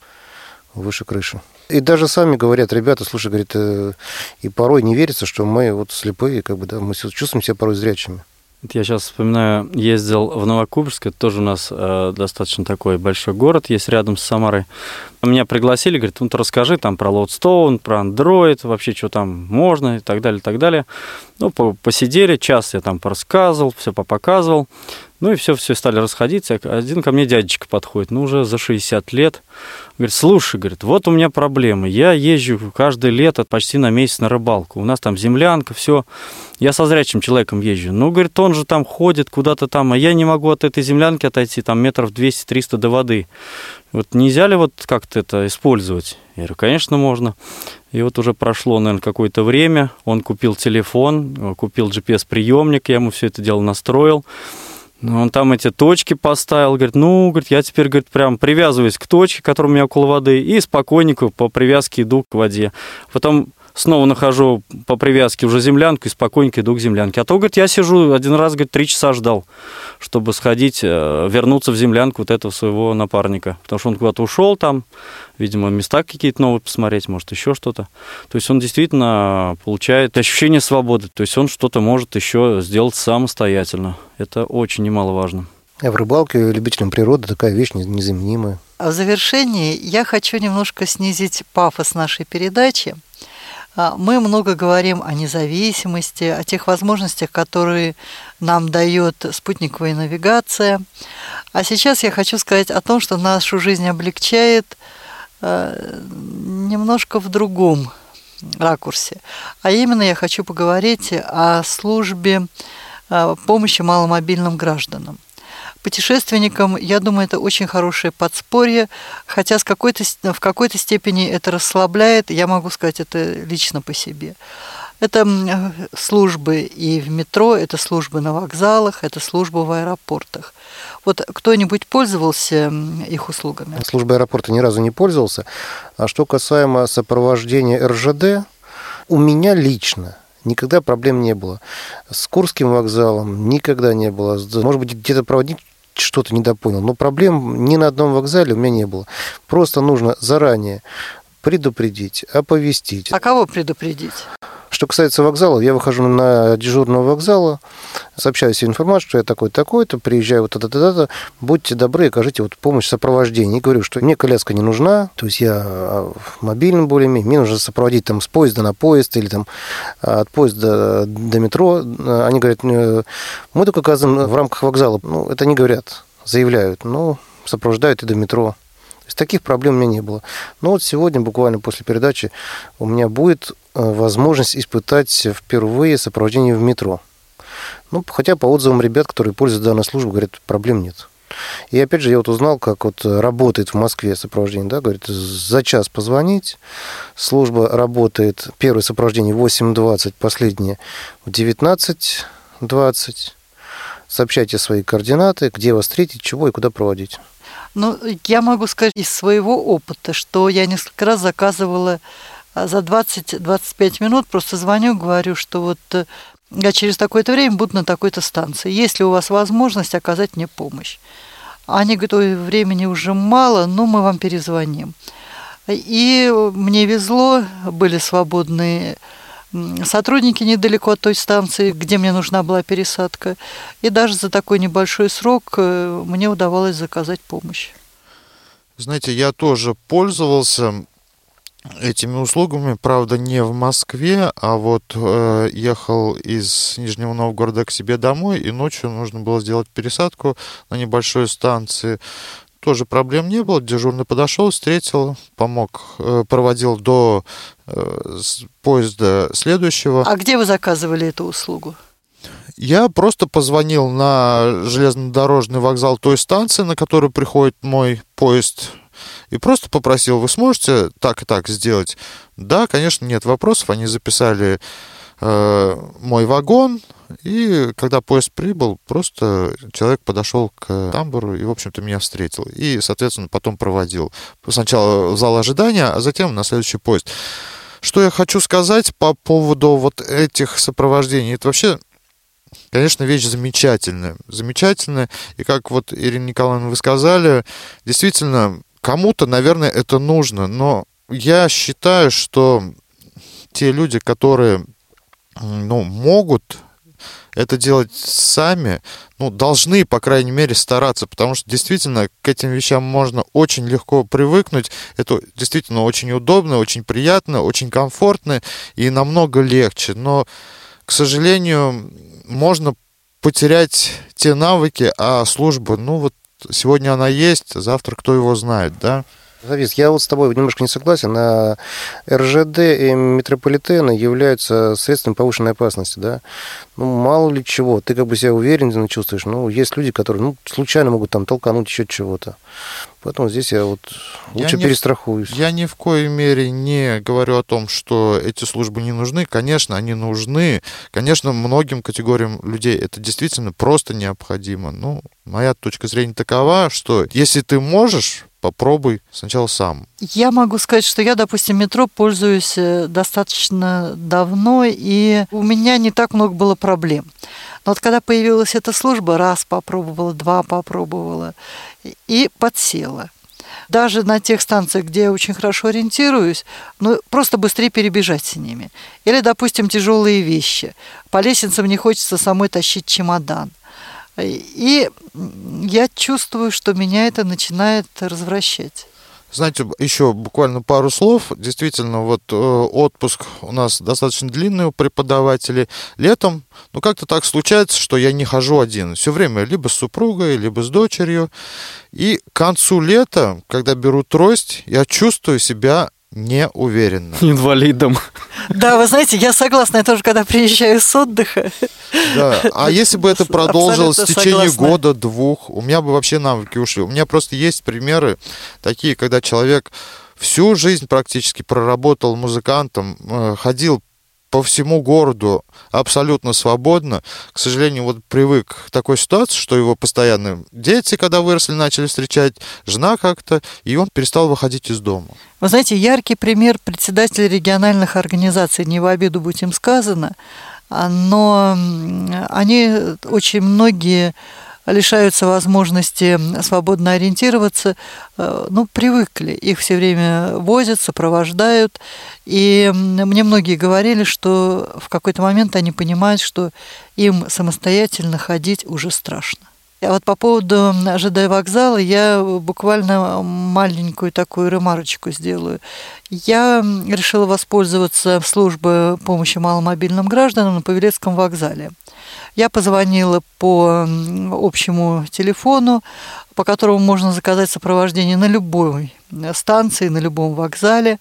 выше крыши. И даже сами говорят, ребята, слушай, говорит, и порой не верится, что мы вот слепые, как бы, да, мы чувствуем себя порой зрячими. Я сейчас вспоминаю, ездил в Новокубрск, это тоже у нас э, достаточно такой большой город, есть рядом с Самарой. Меня пригласили, говорят, ну ты расскажи там про Loadstone, про Android, вообще что там можно и так далее, и так далее. Ну, посидели, час я там порассказывал, все попоказывал. Ну и все, все стали расходиться. Один ко мне дядечка подходит, ну уже за шестьдесят лет. Говорит, слушай, говорит, вот у меня проблемы. Я езжу каждое лето почти на месяц на рыбалку. У нас там землянка, все. Я со зрячим человеком езжу. Ну, говорит, он же там ходит куда-то там, а я не могу от этой землянки отойти, там метров двести-триста до воды. Вот нельзя ли вот как-то это использовать? Я говорю, конечно, можно. И вот уже прошло, наверное, какое-то время. Он купил телефон, купил джи пи эс-приемник, я ему все это дело настроил. Он там эти точки поставил, говорит, ну, говорит, я теперь, говорит, прям привязываюсь к точке, которая у меня около воды, и спокойненько по привязке иду к воде. Потом снова нахожу по привязке уже землянку и спокойненько иду к землянке. А то, говорит, я сижу один раз, говорит, три часа ждал, чтобы сходить, вернуться в землянку вот этого своего напарника. Потому что он куда-то ушел там, видимо, места какие-то новые посмотреть, может, еще что-то. То есть он действительно получает ощущение свободы. То есть он что-то может еще сделать самостоятельно. Это очень немаловажно. А в рыбалке любителям природы такая вещь незаменимая. А в завершении я хочу немножко снизить пафос нашей передачи. Мы много говорим о независимости, о тех возможностях, которые нам дает спутниковая навигация. А сейчас я хочу сказать о том, что нашу жизнь облегчает немножко в другом ракурсе. А именно я хочу поговорить о службе помощи маломобильным гражданам. Путешественникам, я думаю, это очень хорошее подспорье, хотя с какой-то, в какой-то степени это расслабляет, я могу сказать это лично по себе. Это службы и в метро, это службы на вокзалах, это службы в аэропортах. Вот кто-нибудь пользовался их услугами? Службой аэропорта ни разу не пользовался. А что касаемо сопровождения эр жэ дэ, у меня лично никогда проблем не было. С Курским вокзалом никогда не было. Может быть, где-то проводник что-то недопонял, но проблем ни на одном вокзале у меня не было. Просто нужно заранее предупредить, оповестить. А кого предупредить? Что касается вокзалов, я выхожу на дежурного вокзала, сообщаю себе информацию, что я такой-такой-то, приезжаю вот туда-туда-то, будьте добры, окажите вот помощь в сопровождении. И говорю, что мне коляска не нужна, то есть я мобильным более-менее, мне нужно сопроводить там с поезда на поезд или там от поезда до метро. Они говорят, мы только оказываем в рамках вокзала. Ну, это не говорят, заявляют, но сопровождают и до метро. То есть таких проблем у меня не было. Но вот сегодня, буквально после передачи, у меня будет возможность испытать впервые сопровождение в метро. Ну, хотя по отзывам ребят, которые пользуются данной службой, говорят, проблем нет. И опять же, я вот узнал, как вот работает в Москве сопровождение. Да, говорит, за час позвонить. Служба работает, первое сопровождение в восемь двадцать, последнее в девятнадцать двадцать. Сообщайте свои координаты, где вас встретить, чего и куда проводить. Ну, я могу сказать из своего опыта, что я несколько раз заказывала за двадцать-двадцать пять минут просто звоню, говорю, что вот я через такое-то время буду на такой-то станции. Есть ли у вас возможность оказать мне помощь? Они говорят, ой, времени уже мало, но мы вам перезвоним. И мне везло, были свободные сотрудники недалеко от той станции, где мне нужна была пересадка. И даже за такой небольшой срок мне удавалось заказать помощь. Знаете, я тоже пользовался этими услугами, правда, не в Москве, а вот э, ехал из Нижнего Новгорода к себе домой, и ночью нужно было сделать пересадку на небольшой станции. Тоже проблем не было. Дежурный подошел, встретил, помог, э, проводил до э, поезда следующего. А где вы заказывали эту услугу? Я просто позвонил на железнодорожный вокзал той станции, на которую приходит мой поезд, и просто попросил, вы сможете так и так сделать? Да, конечно, нет вопросов. Они записали э, мой вагон, и когда поезд прибыл, просто человек подошел к тамбуру и, в общем-то, меня встретил. И, соответственно, потом проводил. Сначала в зал ожидания, а затем на следующий поезд. Что я хочу сказать по поводу вот этих сопровождений? Это вообще, конечно, вещь замечательная. Замечательная. И как вот, Ирина Николаевна, вы сказали, действительно, кому-то, наверное, это нужно. Но я считаю, что те люди, которые, ну, могут это делать сами, ну, должны, по крайней мере, стараться, потому что действительно к этим вещам можно очень легко привыкнуть. Это действительно очень удобно, очень приятно, очень комфортно и намного легче. Но, к сожалению, можно потерять те навыки, а служба, ну, вот сегодня она есть, завтра кто его знает, да? Завис, я вот с тобой немножко не согласен. А эр жэ дэ и метрополитены являются средствами повышенной опасности, да. Ну, мало ли чего, ты как бы себя уверенно чувствуешь. Ну, есть люди, которые, ну, случайно могут там толкануть еще чего-то. Поэтому здесь я вот лучше я перестрахуюсь. Не, я ни в коей мере не говорю о том, что эти службы не нужны. Конечно, они нужны. Конечно, многим категориям людей это действительно просто необходимо. Ну, моя точка зрения такова, что если ты можешь, попробуй сначала сам. Я могу сказать, что я, допустим, метро пользуюсь достаточно давно, и у меня не так много было проблем. Но вот когда появилась эта служба, раз попробовала, два попробовала, и подсела. Даже на тех станциях, где я очень хорошо ориентируюсь, ну, просто быстрее перебежать с ними. Или, допустим, тяжелые вещи. По лестницам не хочется самой тащить чемодан. И я чувствую, что меня это начинает развращать. Знаете, еще буквально пару слов. Действительно, вот э, отпуск у нас достаточно длинный у преподавателей. Летом, ну, как-то так случается, что я не хожу один. Все время либо с супругой, либо с дочерью. И к концу лета, когда беру трость, я чувствую себя неуверенно. Инвалидом. Да, вы знаете, я согласна, я тоже, когда приезжаю с отдыха. Да, а если бы это продолжилось в течение согласна. года-двух, у меня бы вообще навыки ушли. У меня просто есть примеры такие, когда человек всю жизнь практически проработал музыкантом, ходил по всему городу абсолютно свободно. К сожалению, вот привык к такой ситуации, что его постоянно дети, когда выросли, начали встречать, жена как-то, и он перестал выходить из дома. Вы знаете, яркий пример председателей региональных организаций, не в обиду будь им сказано, но они очень многие лишаются возможности свободно ориентироваться, ну, привыкли. Их все время возят, сопровождают. И мне многие говорили, что в какой-то момент они понимают, что им самостоятельно ходить уже страшно. А вот по поводу жэ дэ вокзала я буквально маленькую такую ремарочку сделаю. Я решила воспользоваться службой помощи маломобильным гражданам на Павелецком вокзале. Я позвонила по общему телефону, по которому можно заказать сопровождение на любой станции, на любом вокзале.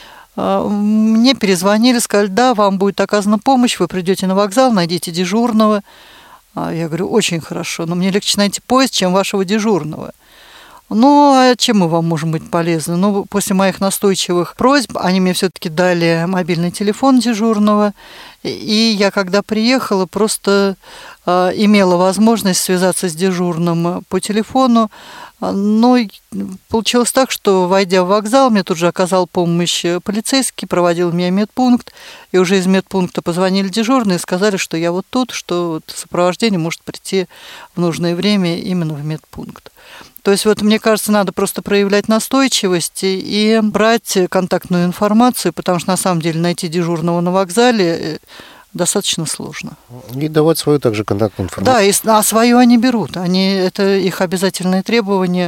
Мне перезвонили, сказали, да, вам будет оказана помощь, вы придете на вокзал, найдите дежурного. Я говорю, очень хорошо, но мне легче найти поезд, чем вашего дежурного. Ну, а чем мы вам можем быть полезны? Ну, после моих настойчивых просьб они мне все-таки дали мобильный телефон дежурного. И я, когда приехала, просто э, имела возможность связаться с дежурным по телефону. Но получилось так, что, войдя в вокзал, мне тут же оказал помощь полицейский, проводил меня в медпункт, и уже из медпункта позвонили дежурные и сказали, что я вот тут, что сопровождение может прийти в нужное время именно в медпункт. То есть, вот, мне кажется, надо просто проявлять настойчивость и брать контактную информацию, потому что, на самом деле, найти дежурного на вокзале достаточно сложно. И давать свою также контактную информацию. Да, и, а свою они берут. Они, это их обязательное требование.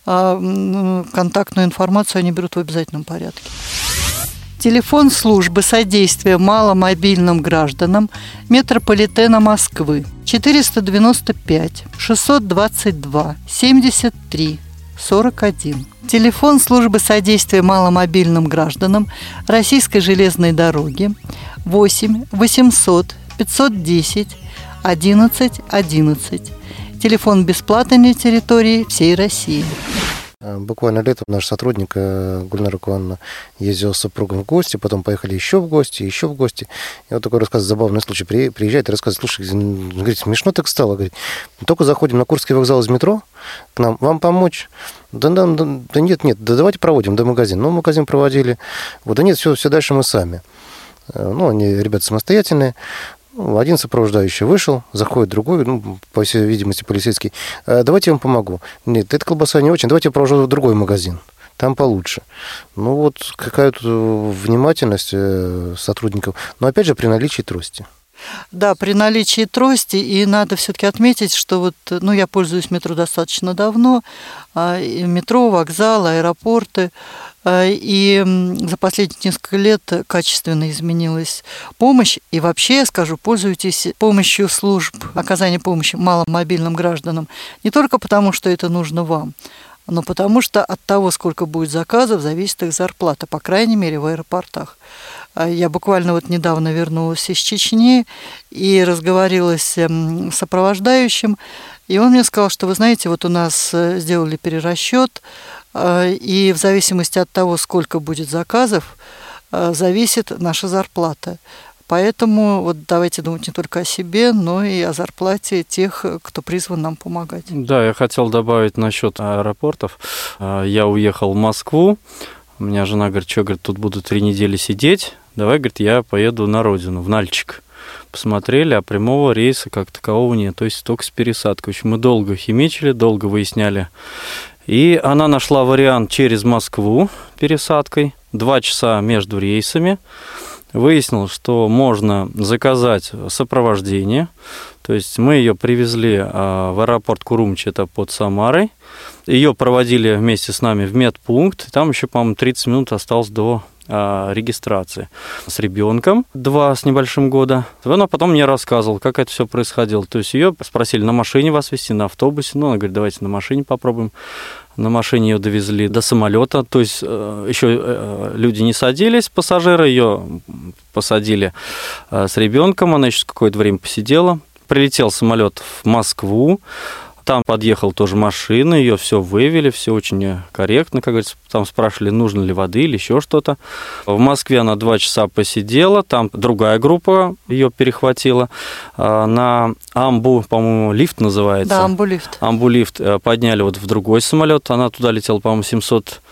А контактную информацию они берут в обязательном порядке. Телефон службы содействия маломобильным гражданам метрополитена Москвы четыреста девяносто пять шестьсот двадцать два семьдесят три сорок один. Телефон службы содействия маломобильным гражданам Российской железной дороги восемь восемьсот пятьсот десять одиннадцать одиннадцать. Телефон бесплатный на территории всей России. Буквально летом наш сотрудник Гульнара Куановна ездила с супругом в гости, потом поехали еще в гости, еще в гости. И вот такой рассказ, забавный случай. Приезжает и рассказывает: слушай, говорит, смешно так стало. Говорит, только заходим на Курский вокзал из метро, к нам, вам помочь? Да, да, да, да нет, нет, да давайте проводим до магазина. Ну, магазин проводили. Вот, да нет, все, все дальше мы сами. Ну, они, ребята, самостоятельные. Один сопровождающий вышел, заходит другой, ну, по всей видимости, полицейский. Давайте я вам помогу. Нет, эта колбаса не очень, давайте я провожу в другой магазин. Там получше. Ну, вот какая-то внимательность сотрудников. Но, опять же, при наличии трости. Да, при наличии трости, и надо все-таки отметить, что вот, ну, я пользуюсь метро достаточно давно, метро, вокзал, аэропорты, и за последние несколько лет качественно изменилась помощь, и вообще, я скажу, пользуйтесь помощью служб оказания помощи маломобильным гражданам не только потому, что это нужно вам, но потому что от того, сколько будет заказов, зависит их зарплата, по крайней мере, в аэропортах. Я буквально вот недавно вернулась из Чечни и разговорилась с сопровождающим, и он мне сказал, что, вы знаете, вот у нас сделали перерасчет, и в зависимости от того, сколько будет заказов, зависит наша зарплата. Поэтому вот давайте думать не только о себе, но и о зарплате тех, кто призван нам помогать. Да, я хотел добавить насчет аэропортов. Я уехал в Москву. У меня жена говорит, что, говорит, тут буду три недели сидеть. Давай, говорит, я поеду на родину, в Нальчик. Посмотрели, а прямого рейса как такового нет. То есть только с пересадкой. В общем, мы долго химичили, долго выясняли. И она нашла вариант через Москву пересадкой. Два часа между рейсами. Выяснил, что можно заказать сопровождение. То есть мы ее привезли в аэропорт Курумчи, это под Самарой. Ее проводили вместе с нами в медпункт. Там еще, по-моему, тридцать минут осталось до регистрации с ребенком, два с небольшим года. Она потом мне рассказывала, как это все происходило. То есть ее спросили, на машине вас везти, на автобусе. Ну, она говорит, давайте на машине попробуем. На машине ее довезли до самолета. То есть еще люди не садились, пассажиры, ее посадили с ребенком. Она еще какое-то время посидела. Прилетел самолет в Москву. Там подъехала тоже машина, ее все вывели, все очень корректно, как говорится. Там спрашивали, нужно ли воды или еще что-то. В Москве она два часа посидела, там другая группа ее перехватила. На Амбу, по-моему, лифт называется. Да, Амбулифт. Амбулифт подняли вот в другой самолет. Она туда летела, по-моему, семьсот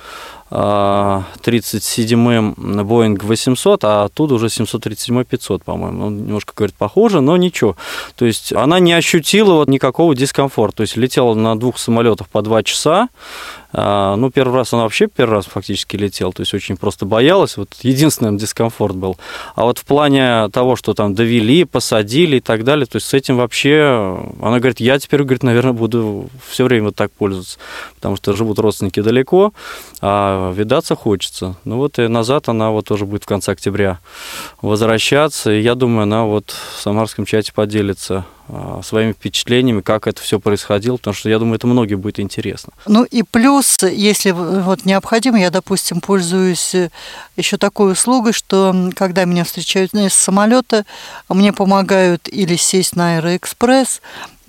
тридцать семь эм Боинг восемьсот, а оттуда уже семьсот тридцать семь пятьсот, по-моему. Он немножко, говорит, похоже, но ничего. То есть она не ощутила вот никакого дискомфорта. То есть летела на двух самолетах по два часа. Ну, первый раз она вообще первый раз фактически летела, то есть очень просто боялась. Вот единственный дискомфорт был. А вот в плане того, что там довели, посадили и так далее, то есть с этим вообще... Она говорит, я теперь, говорит, наверное, буду все время вот так пользоваться, потому что живут родственники далеко, а видаться хочется. Ну вот и назад она вот тоже будет в конце октября возвращаться, и я думаю, она вот в самарском чате поделится своими впечатлениями, как это все происходило, потому что, я думаю, это многим будет интересно. Ну и плюс, если вот необходимо, я, допустим, пользуюсь еще такой услугой, что когда меня встречают с самолета, мне помогают или сесть на Аэроэкспресс,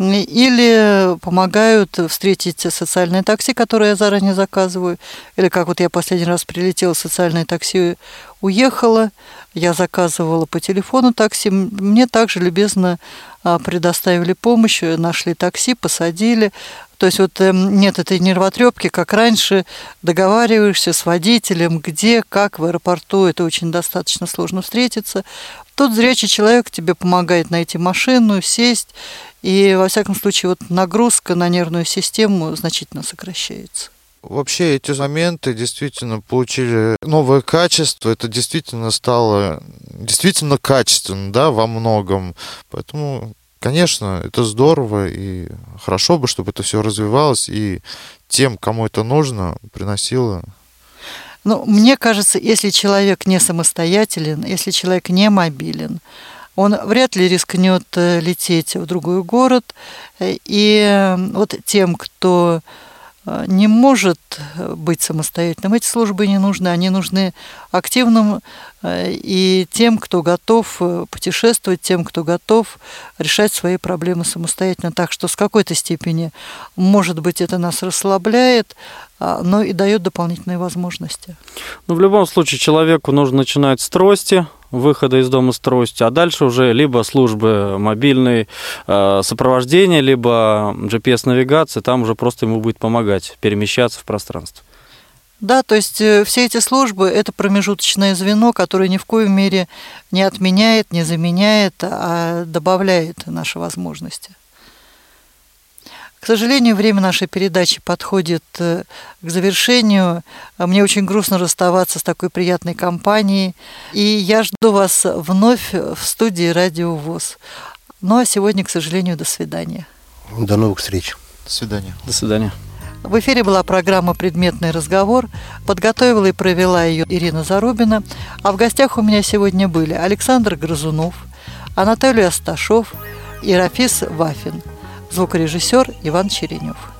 или помогают встретить социальное такси, которое я заранее заказываю, или как вот я последний раз прилетела, социальное такси уехала, я заказывала по телефону такси, мне также любезно предоставили помощь, нашли такси, посадили. То есть вот нет этой нервотрепки, как раньше, договариваешься с водителем, где, как в аэропорту, это очень достаточно сложно встретиться. Тут зрячий человек тебе помогает найти машину, сесть, и, во всяком случае, вот нагрузка на нервную систему значительно сокращается. Вообще эти моменты действительно получили новое качество, это действительно стало действительно качественно, да, во многом. Поэтому, конечно, это здорово, и хорошо бы, чтобы это все развивалось, и тем, кому это нужно, приносило. Ну, мне кажется, если человек не самостоятелен, если человек не мобилен, он вряд ли рискнет лететь в другой город. И вот тем, кто не может быть самостоятельным, эти службы не нужны. Они нужны активным и тем, кто готов путешествовать, тем, кто готов решать свои проблемы самостоятельно. Так что с какой-то степени, может быть, это нас расслабляет, но и дает дополнительные возможности. Ну, в любом случае, человеку нужно начинать с трости, выхода из дома с тростью, а дальше уже либо службы мобильной э, сопровождения, либо джи пи эс-навигации, там уже просто ему будет помогать перемещаться в пространстве. Да, то есть все эти службы – это промежуточное звено, которое ни в коей мере не отменяет, не заменяет, а добавляет наши возможности. К сожалению, время нашей передачи подходит к завершению. Мне очень грустно расставаться с такой приятной компанией. И я жду вас вновь в студии Радио ВОС. Ну а сегодня, к сожалению, до свидания. До новых встреч. До свидания. До свидания. В эфире была программа «Предметный разговор». Подготовила и провела ее Ирина Зарубина. А в гостях у меня сегодня были Александр Грызунов, Анатолий Асташов и Рафис Вафин. Звукорежиссер Иван Черенев.